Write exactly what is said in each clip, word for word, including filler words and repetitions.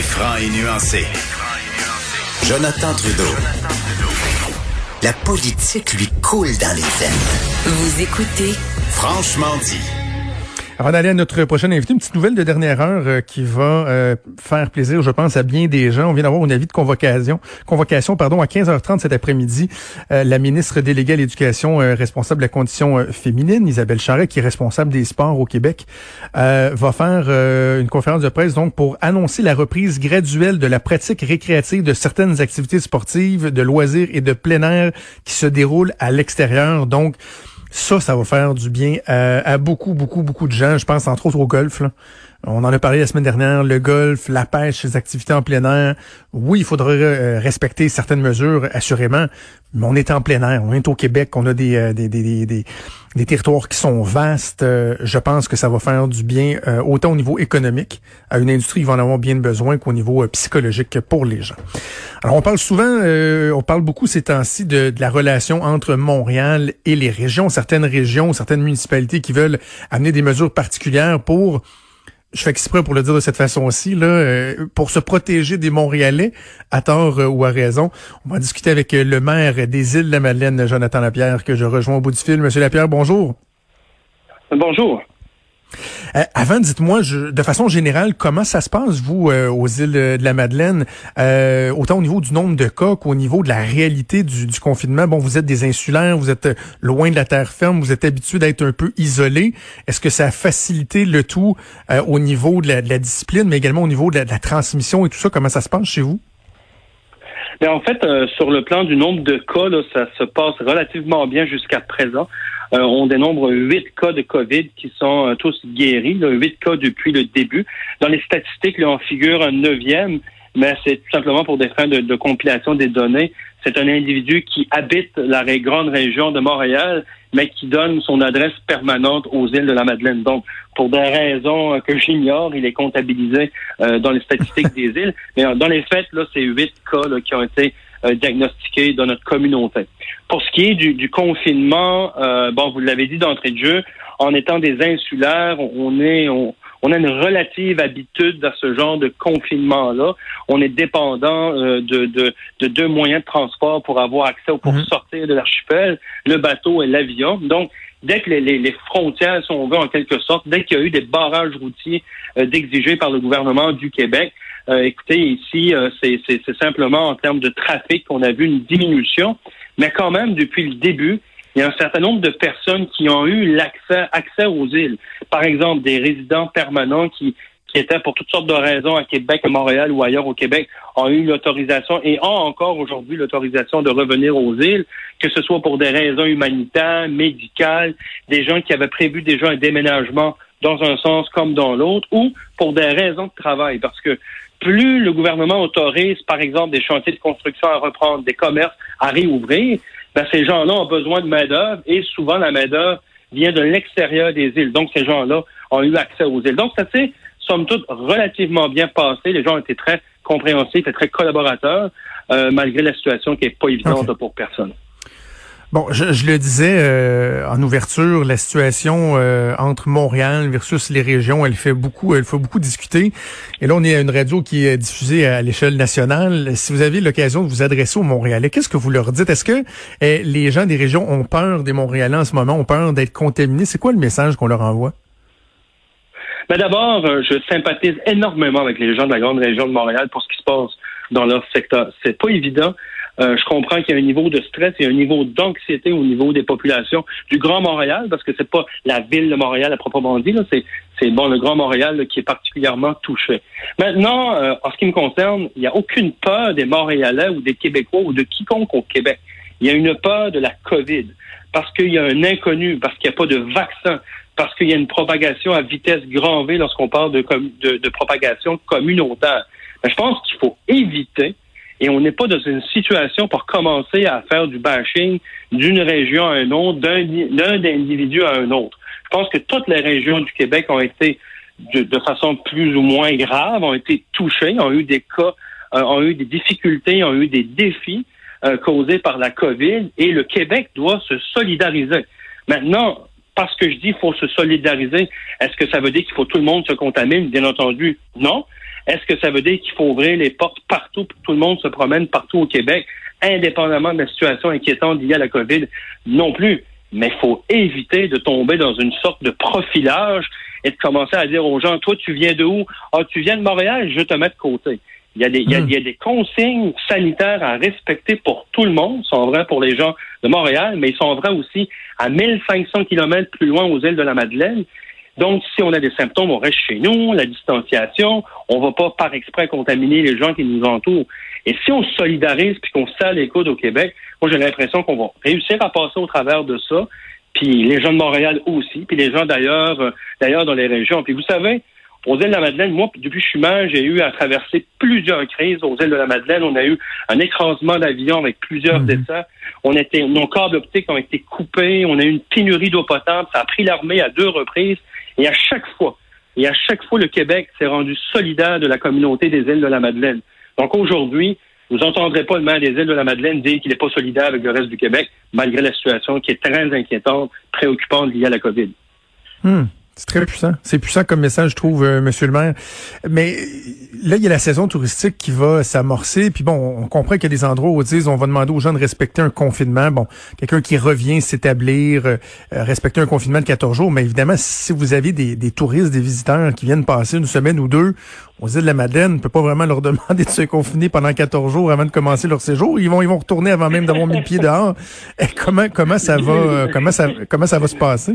franc et nuancé. Jonathan Trudeau. La politique lui coule dans les veines. Vous écoutez Franchement dit. Avant d'aller à notre prochaine invité, une petite nouvelle de dernière heure euh, qui va euh, faire plaisir, je pense, à bien des gens. On vient d'avoir un avis de convocation, convocation pardon, à quinze heures trente cet après-midi. Euh, la ministre déléguée à l'éducation euh, responsable de la condition euh, féminine, Isabelle Charest, qui est responsable des sports au Québec, euh, va faire euh, une conférence de presse donc pour annoncer la reprise graduelle de la pratique récréative de certaines activités sportives, de loisirs et de plein air qui se déroulent à l'extérieur. Donc, ça, ça va faire du bien à, à beaucoup, beaucoup, beaucoup de gens. Je pense entre autres au golf, là. On en a parlé la semaine dernière, le golf, la pêche, les activités en plein air. Oui, il faudrait euh, respecter certaines mesures, assurément, mais on est en plein air. On est au Québec, on a des, euh, des, des, des, des, des territoires qui sont vastes. Euh, je pense que ça va faire du bien euh, autant au niveau économique, à une industrie qui va en avoir bien besoin, qu'au niveau euh, psychologique pour les gens. Alors, on parle souvent, euh, on parle beaucoup ces temps-ci de, de la relation entre Montréal et les régions. Certaines régions, certaines municipalités qui veulent amener des mesures particulières pour... Je fais exprès pour le dire de cette façon-ci, là, euh, pour se protéger des Montréalais, à tort euh, ou à raison. On va discuter avec euh, le maire des Îles-de-la-Madeleine, Jonathan Lapierre, que je rejoins au bout du fil. Monsieur Lapierre, bonjour. Bonjour. Euh, avant, dites-moi, je, de façon générale, comment ça se passe, vous, euh, aux îles de la Madeleine, euh, autant au niveau du nombre de cas qu'au niveau de la réalité du, du confinement? Bon, vous êtes des insulaires, vous êtes loin de la terre ferme, vous êtes habitués d'être un peu isolés. Est-ce que ça a facilité le tout euh, au niveau de la, de la discipline, mais également au niveau de la, de la transmission et tout ça? Comment ça se passe chez vous? Mais en fait, euh, sur le plan du nombre de cas, là, ça se passe relativement bien jusqu'à présent. Euh, on dénombre huit cas de COVID qui sont euh, tous guéris, là, huit cas depuis le début. Dans les statistiques, là, on figure un neuvième, mais c'est tout simplement pour des fins de, de compilation des données. C'est un individu qui habite la ré- grande région de Montréal, mais qui donne son adresse permanente aux îles de la Madeleine. Donc, pour des raisons euh, que j'ignore, il est comptabilisé euh, dans les statistiques des îles. Mais euh, dans les faits, là, c'est huit cas là, qui ont été euh, diagnostiqués dans notre communauté. Pour ce qui est du, du confinement, euh, bon, vous l'avez dit d'entrée de jeu, en étant des insulaires, on est... On, On a une relative habitude à ce genre de confinement-là. On est dépendant euh, de, de, de deux moyens de transport pour avoir accès ou pour mmh. sortir de l'archipel, le bateau et l'avion. Donc, dès que les, les, les frontières, si on veut, en quelque sorte, dès qu'il y a eu des barrages routiers euh, d'exigés par le gouvernement du Québec, euh, écoutez, ici, euh, c'est, c'est, c'est simplement en termes de trafic qu'on a vu une diminution. Mais quand même, depuis le début, il y a un certain nombre de personnes qui ont eu l'accès accès aux îles. Par exemple, des résidents permanents qui, qui étaient pour toutes sortes de raisons à Québec, à Montréal ou ailleurs au Québec, ont eu l'autorisation et ont encore aujourd'hui l'autorisation de revenir aux îles, que ce soit pour des raisons humanitaires, médicales, des gens qui avaient prévu déjà un déménagement dans un sens comme dans l'autre, ou pour des raisons de travail. Parce que plus le gouvernement autorise, par exemple, des chantiers de construction à reprendre, des commerces à réouvrir, ben, ces gens-là ont besoin de main-d'œuvre et souvent la main-d'œuvre vient de l'extérieur des îles. Donc, ces gens-là ont eu accès aux îles. Donc, ça s'est, somme toute, relativement bien passé. Les gens ont été très compréhensifs et très collaborateurs, euh, malgré la situation qui n'est pas évidente okay. pour personne. Bon, je, je le disais euh, en ouverture, la situation euh, entre Montréal versus les régions, elle fait beaucoup, elle fait beaucoup discuter. Et là, on est à une radio qui est diffusée à l'échelle nationale. Si vous avez l'occasion de vous adresser aux Montréalais, qu'est-ce que vous leur dites? Est-ce que eh, les gens des régions ont peur des Montréalais en ce moment, ont peur d'être contaminés? C'est quoi le message qu'on leur envoie? Ben d'abord, euh, je sympathise énormément avec les gens de la grande région de Montréal pour ce qui se passe dans leur secteur. C'est pas évident. Euh, je comprends qu'il y a un niveau de stress, il y a un niveau d'anxiété au niveau des populations du Grand Montréal, parce que c'est pas la ville de Montréal à proprement dit, là, c'est, c'est bon le Grand Montréal là, qui est particulièrement touché. Maintenant, euh, en ce qui me concerne, il n'y a aucune peur des Montréalais ou des Québécois ou de quiconque au Québec. Il y a une peur de la COVID, parce qu'il y a un inconnu, parce qu'il n'y a pas de vaccin, parce qu'il y a une propagation à vitesse grand V lorsqu'on parle de, de, de propagation communautaire. Mais je pense qu'il faut éviter. Et on n'est pas dans une situation pour commencer à faire du bashing d'une région à une autre, d'un, d'un individu à un autre. Je pense que toutes les régions du Québec ont été, de, de façon plus ou moins grave, ont été touchées, ont eu des cas, euh, ont eu des difficultés, ont eu des défis euh, causés par la COVID. Et le Québec doit se solidariser. Maintenant, parce que je dis qu'il faut se solidariser, est-ce que ça veut dire qu'il faut que tout le monde se contamine? Bien entendu, non. Est-ce que ça veut dire qu'il faut ouvrir les portes partout pour que tout le monde se promène partout au Québec, indépendamment de la situation inquiétante liée à la COVID? Non plus. Mais il faut éviter de tomber dans une sorte de profilage et de commencer à dire aux gens, toi, tu viens de où? Ah, tu viens de Montréal, je te mets de côté. Il y a des, il y a, il y a des consignes sanitaires à respecter pour tout le monde. Ils sont vrais pour les gens de Montréal, mais ils sont vrais aussi à mille cinq cents kilomètres plus loin aux îles de la Madeleine. Donc, si on a des symptômes, on reste chez nous, la distanciation, on va pas par exprès contaminer les gens qui nous entourent. Et si on se solidarise puis qu'on se serre les coudes au Québec, moi, j'ai l'impression qu'on va réussir à passer au travers de ça. Puis les gens de Montréal aussi, puis les gens d'ailleurs, euh, d'ailleurs dans les régions. Puis vous savez, aux îles de la Madeleine, moi, depuis que je suis maire, j'ai eu à traverser plusieurs crises aux îles de la Madeleine. On a eu un écrasement d'avion avec plusieurs mmh. décès. On était, nos câbles optiques ont été coupés. On a eu une pénurie d'eau potable. Ça a pris l'armée à deux reprises. Et à chaque fois, et à chaque fois, le Québec s'est rendu solidaire de la communauté des îles de la Madeleine. Donc aujourd'hui, vous n'entendrez pas le maire des îles de la Madeleine dire qu'il n'est pas solidaire avec le reste du Québec, malgré la situation qui est très inquiétante, préoccupante liée à la COVID. Hmm. C'est très puissant. C'est puissant comme message, je trouve, euh, Monsieur le maire. Mais là, il y a la saison touristique qui va s'amorcer. Puis bon, on comprend qu'il y a des endroits où on dit on va demander aux gens de respecter un confinement. Bon, quelqu'un qui revient s'établir, euh, respecter un confinement de quatorze jours. Mais évidemment, si vous avez des, des touristes, des visiteurs qui viennent passer une semaine ou deux aux îles de la Madeleine, on ne peut pas vraiment leur demander de se confiner pendant quatorze jours avant de commencer leur séjour. Ils vont, ils vont retourner avant même d'avoir mis le pied dehors. Et comment, comment ça va, euh, comment ça, comment ça va se passer?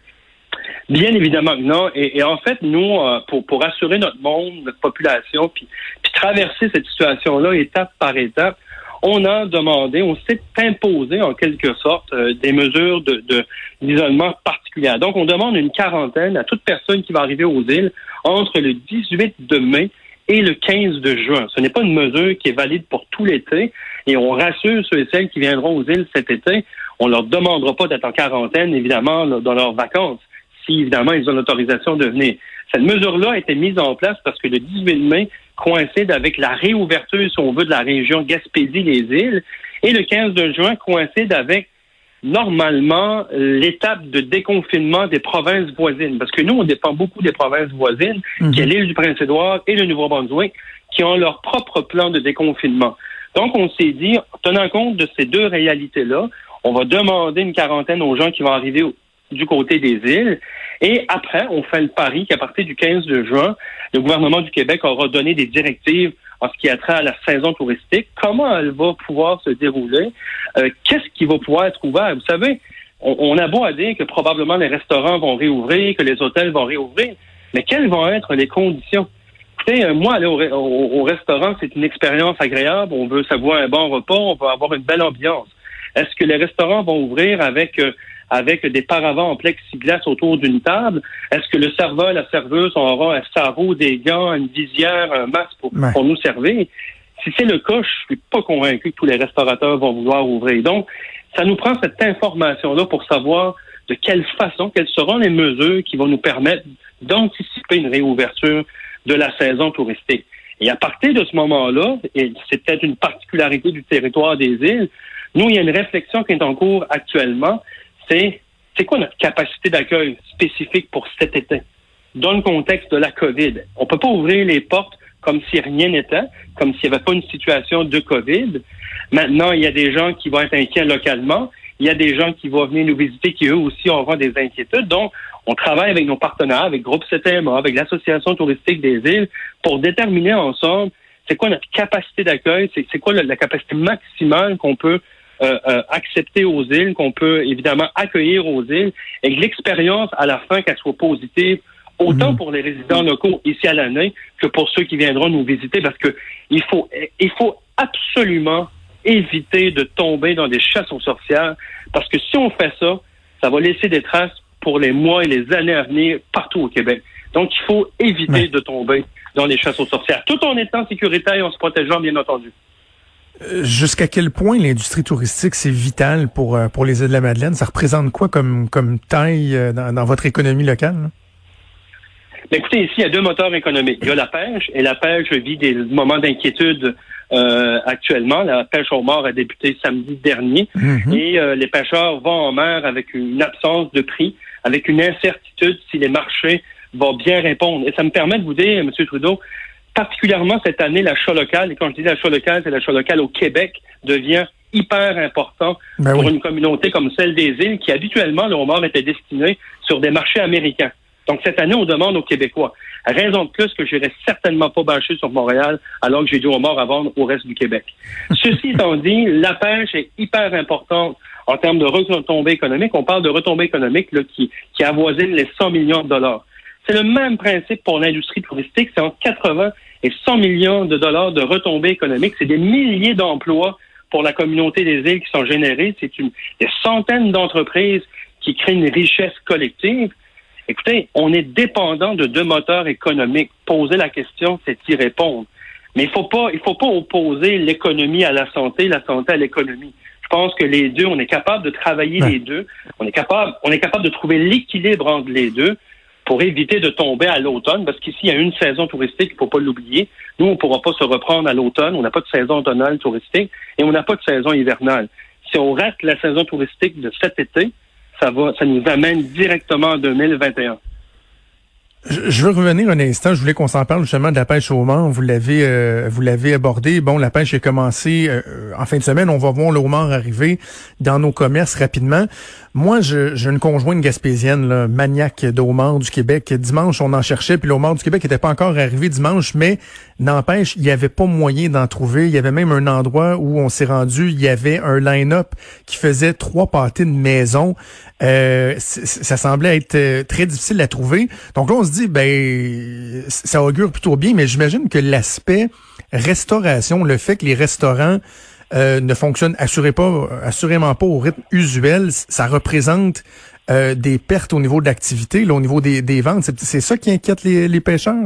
Bien évidemment, non. Et, et en fait, nous, euh, pour pour assurer notre monde, notre population, puis, puis traverser cette situation-là étape par étape, on a demandé, on s'est imposé en quelque sorte euh, des mesures de, de d'isolement particulières. Donc, on demande une quarantaine à toute personne qui va arriver aux îles entre le dix-huit de mai et le quinze de juin. Ce n'est pas une mesure qui est valide pour tout l'été. Et on rassure ceux et celles qui viendront aux îles cet été. On leur demandera pas d'être en quarantaine, évidemment, dans leurs vacances, si, évidemment, ils ont l'autorisation de venir. Cette mesure-là a été mise en place parce que le dix-huit mai coïncide avec la réouverture, si on veut, de la région Gaspésie-les-Îles, et le quinze de juin coïncide avec, normalement, l'étape de déconfinement des provinces voisines. Parce que nous, on dépend beaucoup des provinces voisines, mmh. qui est l'île du Prince-Édouard et le Nouveau-Brunswick, qui ont leur propre plan de déconfinement. Donc, on s'est dit, tenant compte de ces deux réalités-là, on va demander une quarantaine aux gens qui vont arriver au du côté des îles. Et après, on fait le pari qu'à partir du quinze de juin, le gouvernement du Québec aura donné des directives en ce qui a trait à la saison touristique. Comment elle va pouvoir se dérouler? Euh, qu'est-ce qui va pouvoir être ouvert? Vous savez, on, on a beau à dire que probablement les restaurants vont réouvrir, que les hôtels vont réouvrir, mais quelles vont être les conditions? Écoutez, moi, aller au, au, au restaurant, c'est une expérience agréable. On veut savoir un bon repas, on veut avoir une belle ambiance. Est-ce que les restaurants vont ouvrir avec... Euh, avec des paravents en plexiglas autour d'une table? Est-ce que le serveur, la serveuse aura un sarrau, des gants, une visière, un masque pour, ouais. pour nous servir? Si c'est le cas, je suis pas convaincu que tous les restaurateurs vont vouloir ouvrir. Donc, ça nous prend cette information-là pour savoir de quelle façon, quelles seront les mesures qui vont nous permettre d'anticiper une réouverture de la saison touristique. Et à partir de ce moment-là, et c'est peut-être une particularité du territoire des îles, nous, il y a une réflexion qui est en cours actuellement. C'est, c'est quoi notre capacité d'accueil spécifique pour cet été, dans le contexte de la COVID? On peut pas ouvrir les portes comme si rien n'était, comme s'il n'y avait pas une situation de COVID. Maintenant, il y a des gens qui vont être inquiets localement. Il y a des gens qui vont venir nous visiter qui, eux aussi, auront des inquiétudes. Donc, on travaille avec nos partenaires, avec Groupe C T M A, avec l'Association touristique des îles, pour déterminer ensemble c'est quoi notre capacité d'accueil, c'est, c'est quoi la, la capacité maximale qu'on peut Euh, euh, accepter aux îles, qu'on peut évidemment accueillir aux îles, et que l'expérience, à la fin, qu'elle soit positive, autant mmh. pour les résidents locaux ici à l'année que pour ceux qui viendront nous visiter, parce que il faut, il faut absolument éviter de tomber dans des chasses aux sorcières, parce que si on fait ça, ça va laisser des traces pour les mois et les années à venir partout au Québec. Donc, il faut éviter mmh. de tomber dans les chasses aux sorcières, tout en étant sécuritaire et en se protégeant, bien entendu. Jusqu'à quel point l'industrie touristique, c'est vital pour pour les îles de la Madeleine? Ça représente quoi comme comme taille dans, dans votre économie locale? Bien, écoutez, ici, il y a deux moteurs économiques. Il y a la pêche, et la pêche vit des moments d'inquiétude euh, actuellement. La pêche au mort a débuté samedi dernier, mm-hmm. et euh, les pêcheurs vont en mer avec une absence de prix, avec une incertitude si les marchés vont bien répondre. Et ça me permet de vous dire, M. Trudeau, particulièrement cette année, l'achat local, et quand je dis l'achat local, c'est l'achat local au Québec, devient hyper important ben pour oui. une communauté comme celle des îles, qui habituellement, le homard était destiné sur des marchés américains. Donc cette année, on demande aux Québécois. Raison de plus que je n'irai certainement pas bâcher sur Montréal alors que j'ai du homard à vendre au reste du Québec. Ceci étant dit, la pêche est hyper importante en termes de retombées économiques. On parle de retombées économiques là, qui, qui avoisinent les cent millions de dollars. C'est le même principe pour l'industrie touristique. C'est entre quatre-vingts et cent millions de dollars de retombées économiques. C'est des milliers d'emplois pour la communauté des îles qui sont générés. C'est une, des centaines d'entreprises qui créent une richesse collective. Écoutez, on est dépendant de deux moteurs économiques. Poser la question, c'est y répondre. Mais il faut pas, il faut pas opposer l'économie à la santé, la santé à l'économie. Je pense que les deux, on est capable de travailler ouais. les deux. On est capable, on est capable de trouver l'équilibre entre les deux pour éviter de tomber à l'automne, parce qu'ici, il y a une saison touristique, il ne faut pas l'oublier. Nous, on ne pourra pas se reprendre à l'automne, on n'a pas de saison automnale touristique, et on n'a pas de saison hivernale. Si on rate la saison touristique de cet été, ça va, ça nous amène directement en deux mille vingt et un. Je veux revenir un instant. Je voulais qu'on s'en parle justement de la pêche au homard. Vous l'avez, euh, vous l'avez abordé. Bon, la pêche a commencé euh, en fin de semaine. On va voir le homard arriver dans nos commerces rapidement. Moi, je, j'ai une conjointe gaspésienne, là, maniaque de homard du Québec. Dimanche, on en cherchait, puis le homard du Québec n'était pas encore arrivé dimanche, mais n'empêche, il n'y avait pas moyen d'en trouver. Il y avait même un endroit où on s'est rendu, il y avait un line-up qui faisait trois pâtés de maison. Euh, ça semblait être très difficile à trouver. Donc là, on se dit, ben, ça augure plutôt bien, mais j'imagine que l'aspect restauration, le fait que les restaurants euh, ne fonctionnent assurément pas, assurément pas au rythme usuel, ça représente euh, des pertes au niveau de l'activité, là, au niveau des, des ventes. C'est, c'est ça qui inquiète les, les pêcheurs?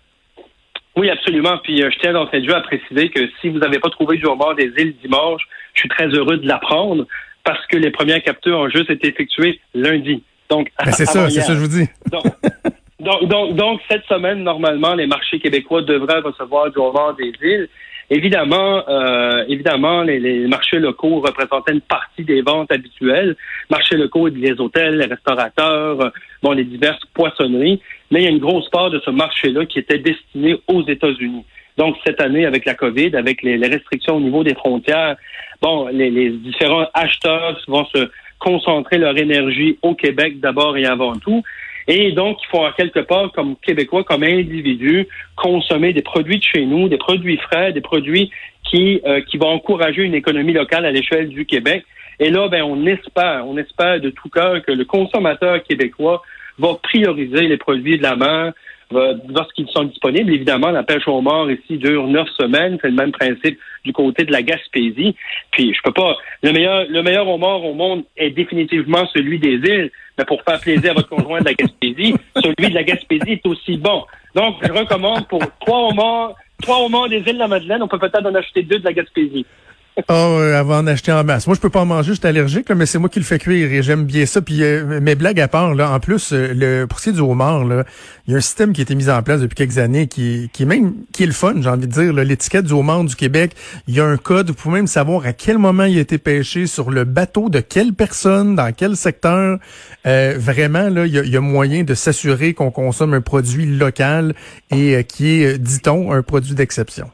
Oui, absolument. Puis euh, je tiens dans cette jeu à préciser que si vous n'avez pas trouvé du homard des îles dimanche, je suis très heureux de l'apprendre parce que les premières captures ont juste été effectuées lundi. Donc, ben c'est ça, c'est ça que je vous dis. Donc, donc, donc, donc, cette semaine, normalement, les marchés québécois devraient recevoir du homard des îles. Évidemment, euh, évidemment, les, les marchés locaux représentaient une partie des ventes habituelles. Marchés locaux, les hôtels, les restaurateurs, bon, les diverses poissonneries. Mais il y a une grosse part de ce marché-là qui était destiné aux États-Unis. Donc, cette année, avec la COVID, avec les, les restrictions au niveau des frontières, bon, les, les différents acheteurs vont se concentrer leur énergie au Québec d'abord et avant tout. Et donc, il faut en quelque part, comme Québécois, comme individus, consommer des produits de chez nous, des produits frais, des produits qui euh, qui vont encourager une économie locale à l'échelle du Québec. Et là, ben, on espère, on espère de tout cœur que le consommateur québécois va prioriser les produits de la mer euh, lorsqu'ils sont disponibles. Évidemment, la pêche au homard ici dure neuf semaines. C'est le même principe du côté de la Gaspésie. Puis, je peux pas... Le meilleur le meilleur homard au monde est définitivement celui des îles. Mais pour faire plaisir à votre conjoint de la Gaspésie, celui de la Gaspésie est aussi bon. Donc, je recommande pour trois homards, trois homards des îles de la Madeleine, on peut peut-être en acheter deux de la Gaspésie. Ah, oh, euh, avant d'en en masse. Moi, je peux pas en manger, je suis allergique, là, mais c'est moi qui le fais cuire et j'aime bien ça. Puis, euh, mes blagues à part, là, en plus, euh, le pour ce qui est du homard, là, il y a un système qui a été mis en place depuis quelques années qui, qui est même qui est le fun, j'ai envie de dire. Là, l'étiquette du homard du Québec, il y a un code. Vous pouvez même savoir à quel moment il a été pêché, sur le bateau de quelle personne, dans quel secteur. Euh, vraiment, là, il y a, il y a moyen de s'assurer qu'on consomme un produit local et euh, qui est, dit-on, un produit d'exception.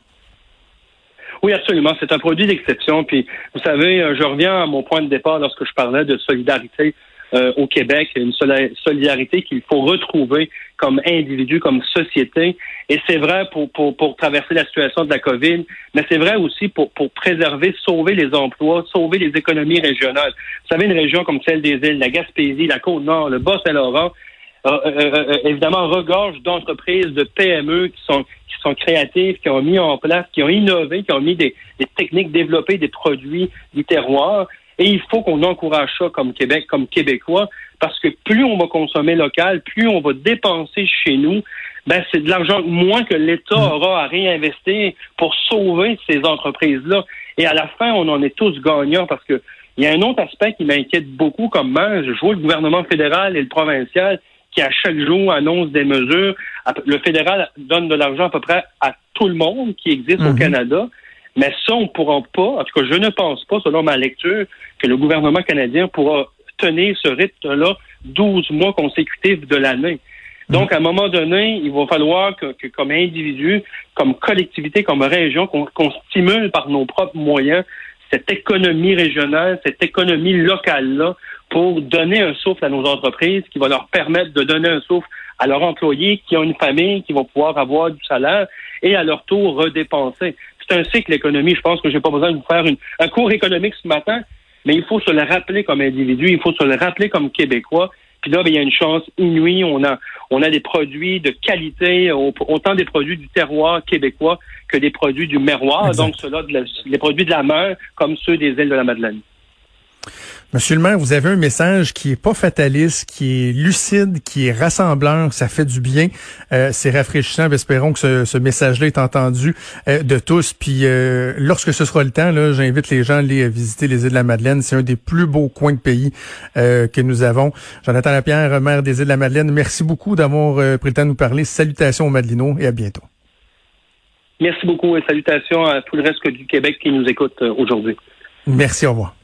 Oui, absolument. C'est un produit d'exception. Puis, vous savez, je reviens à mon point de départ lorsque je parlais de solidarité euh, au Québec, une solidarité qu'il faut retrouver comme individu, comme société. Et c'est vrai pour, pour, pour traverser la situation de la COVID, mais c'est vrai aussi pour, pour préserver, sauver les emplois, sauver les économies régionales. Vous savez, une région comme celle des îles, la Gaspésie, la Côte-Nord, le Bas-Saint-Laurent, Euh, euh, euh, évidemment regorge d'entreprises, de P M E qui sont qui sont créatives, qui ont mis en place, qui ont innové, qui ont mis des, des techniques développées, des produits du terroir. Et il faut qu'on encourage ça comme Québec, comme Québécois, parce que plus on va consommer local, plus on va dépenser chez nous, ben c'est de l'argent moins que l'État aura à réinvestir pour sauver ces entreprises-là. Et à la fin, on en est tous gagnants parce que il y a un autre aspect qui m'inquiète beaucoup comme moi. Je vois le gouvernement fédéral et le provincial qui, à chaque jour, annonce des mesures. Le fédéral donne de l'argent à peu près à tout le monde qui existe mm-hmm. au Canada. Mais ça, on ne pourra pas, en tout cas, je ne pense pas, selon ma lecture, que le gouvernement canadien pourra tenir ce rythme-là douze mois consécutifs de l'année. Donc, à un moment donné, il va falloir que, que comme individu, comme collectivité, comme région, qu'on, qu'on stimule par nos propres moyens cette économie régionale, cette économie locale-là, pour donner un souffle à nos entreprises, qui va leur permettre de donner un souffle à leurs employés qui ont une famille, qui vont pouvoir avoir du salaire et à leur tour redépenser. C'est un cycle l'économie. Je pense que j'ai pas besoin de vous faire une, un cours économique ce matin, mais il faut se le rappeler comme individu, il faut se le rappeler comme Québécois. Puis là, ben, il y a une chance inouïe. On a, on a des produits de qualité, autant des produits du terroir québécois que des produits du miroir. Exact. Donc, ceux-là, de la, les produits de la mer, comme ceux des îles de la Madeleine. Monsieur le maire, vous avez un message qui est pas fataliste, qui est lucide, qui est rassembleur, ça fait du bien. Euh, c'est rafraîchissant. Espérons que ce, ce message-là est entendu euh, de tous. Puis euh, lorsque ce sera le temps, là, j'invite les gens à aller visiter les îles de la Madeleine. C'est un des plus beaux coins de pays euh, que nous avons. Jonathan Lapierre, maire des îles de la Madeleine, merci beaucoup d'avoir euh, pris le temps de nous parler. Salutations aux Madelinots et à bientôt. Merci beaucoup et salutations à tout le reste du Québec qui nous écoute euh, aujourd'hui. Merci, au revoir.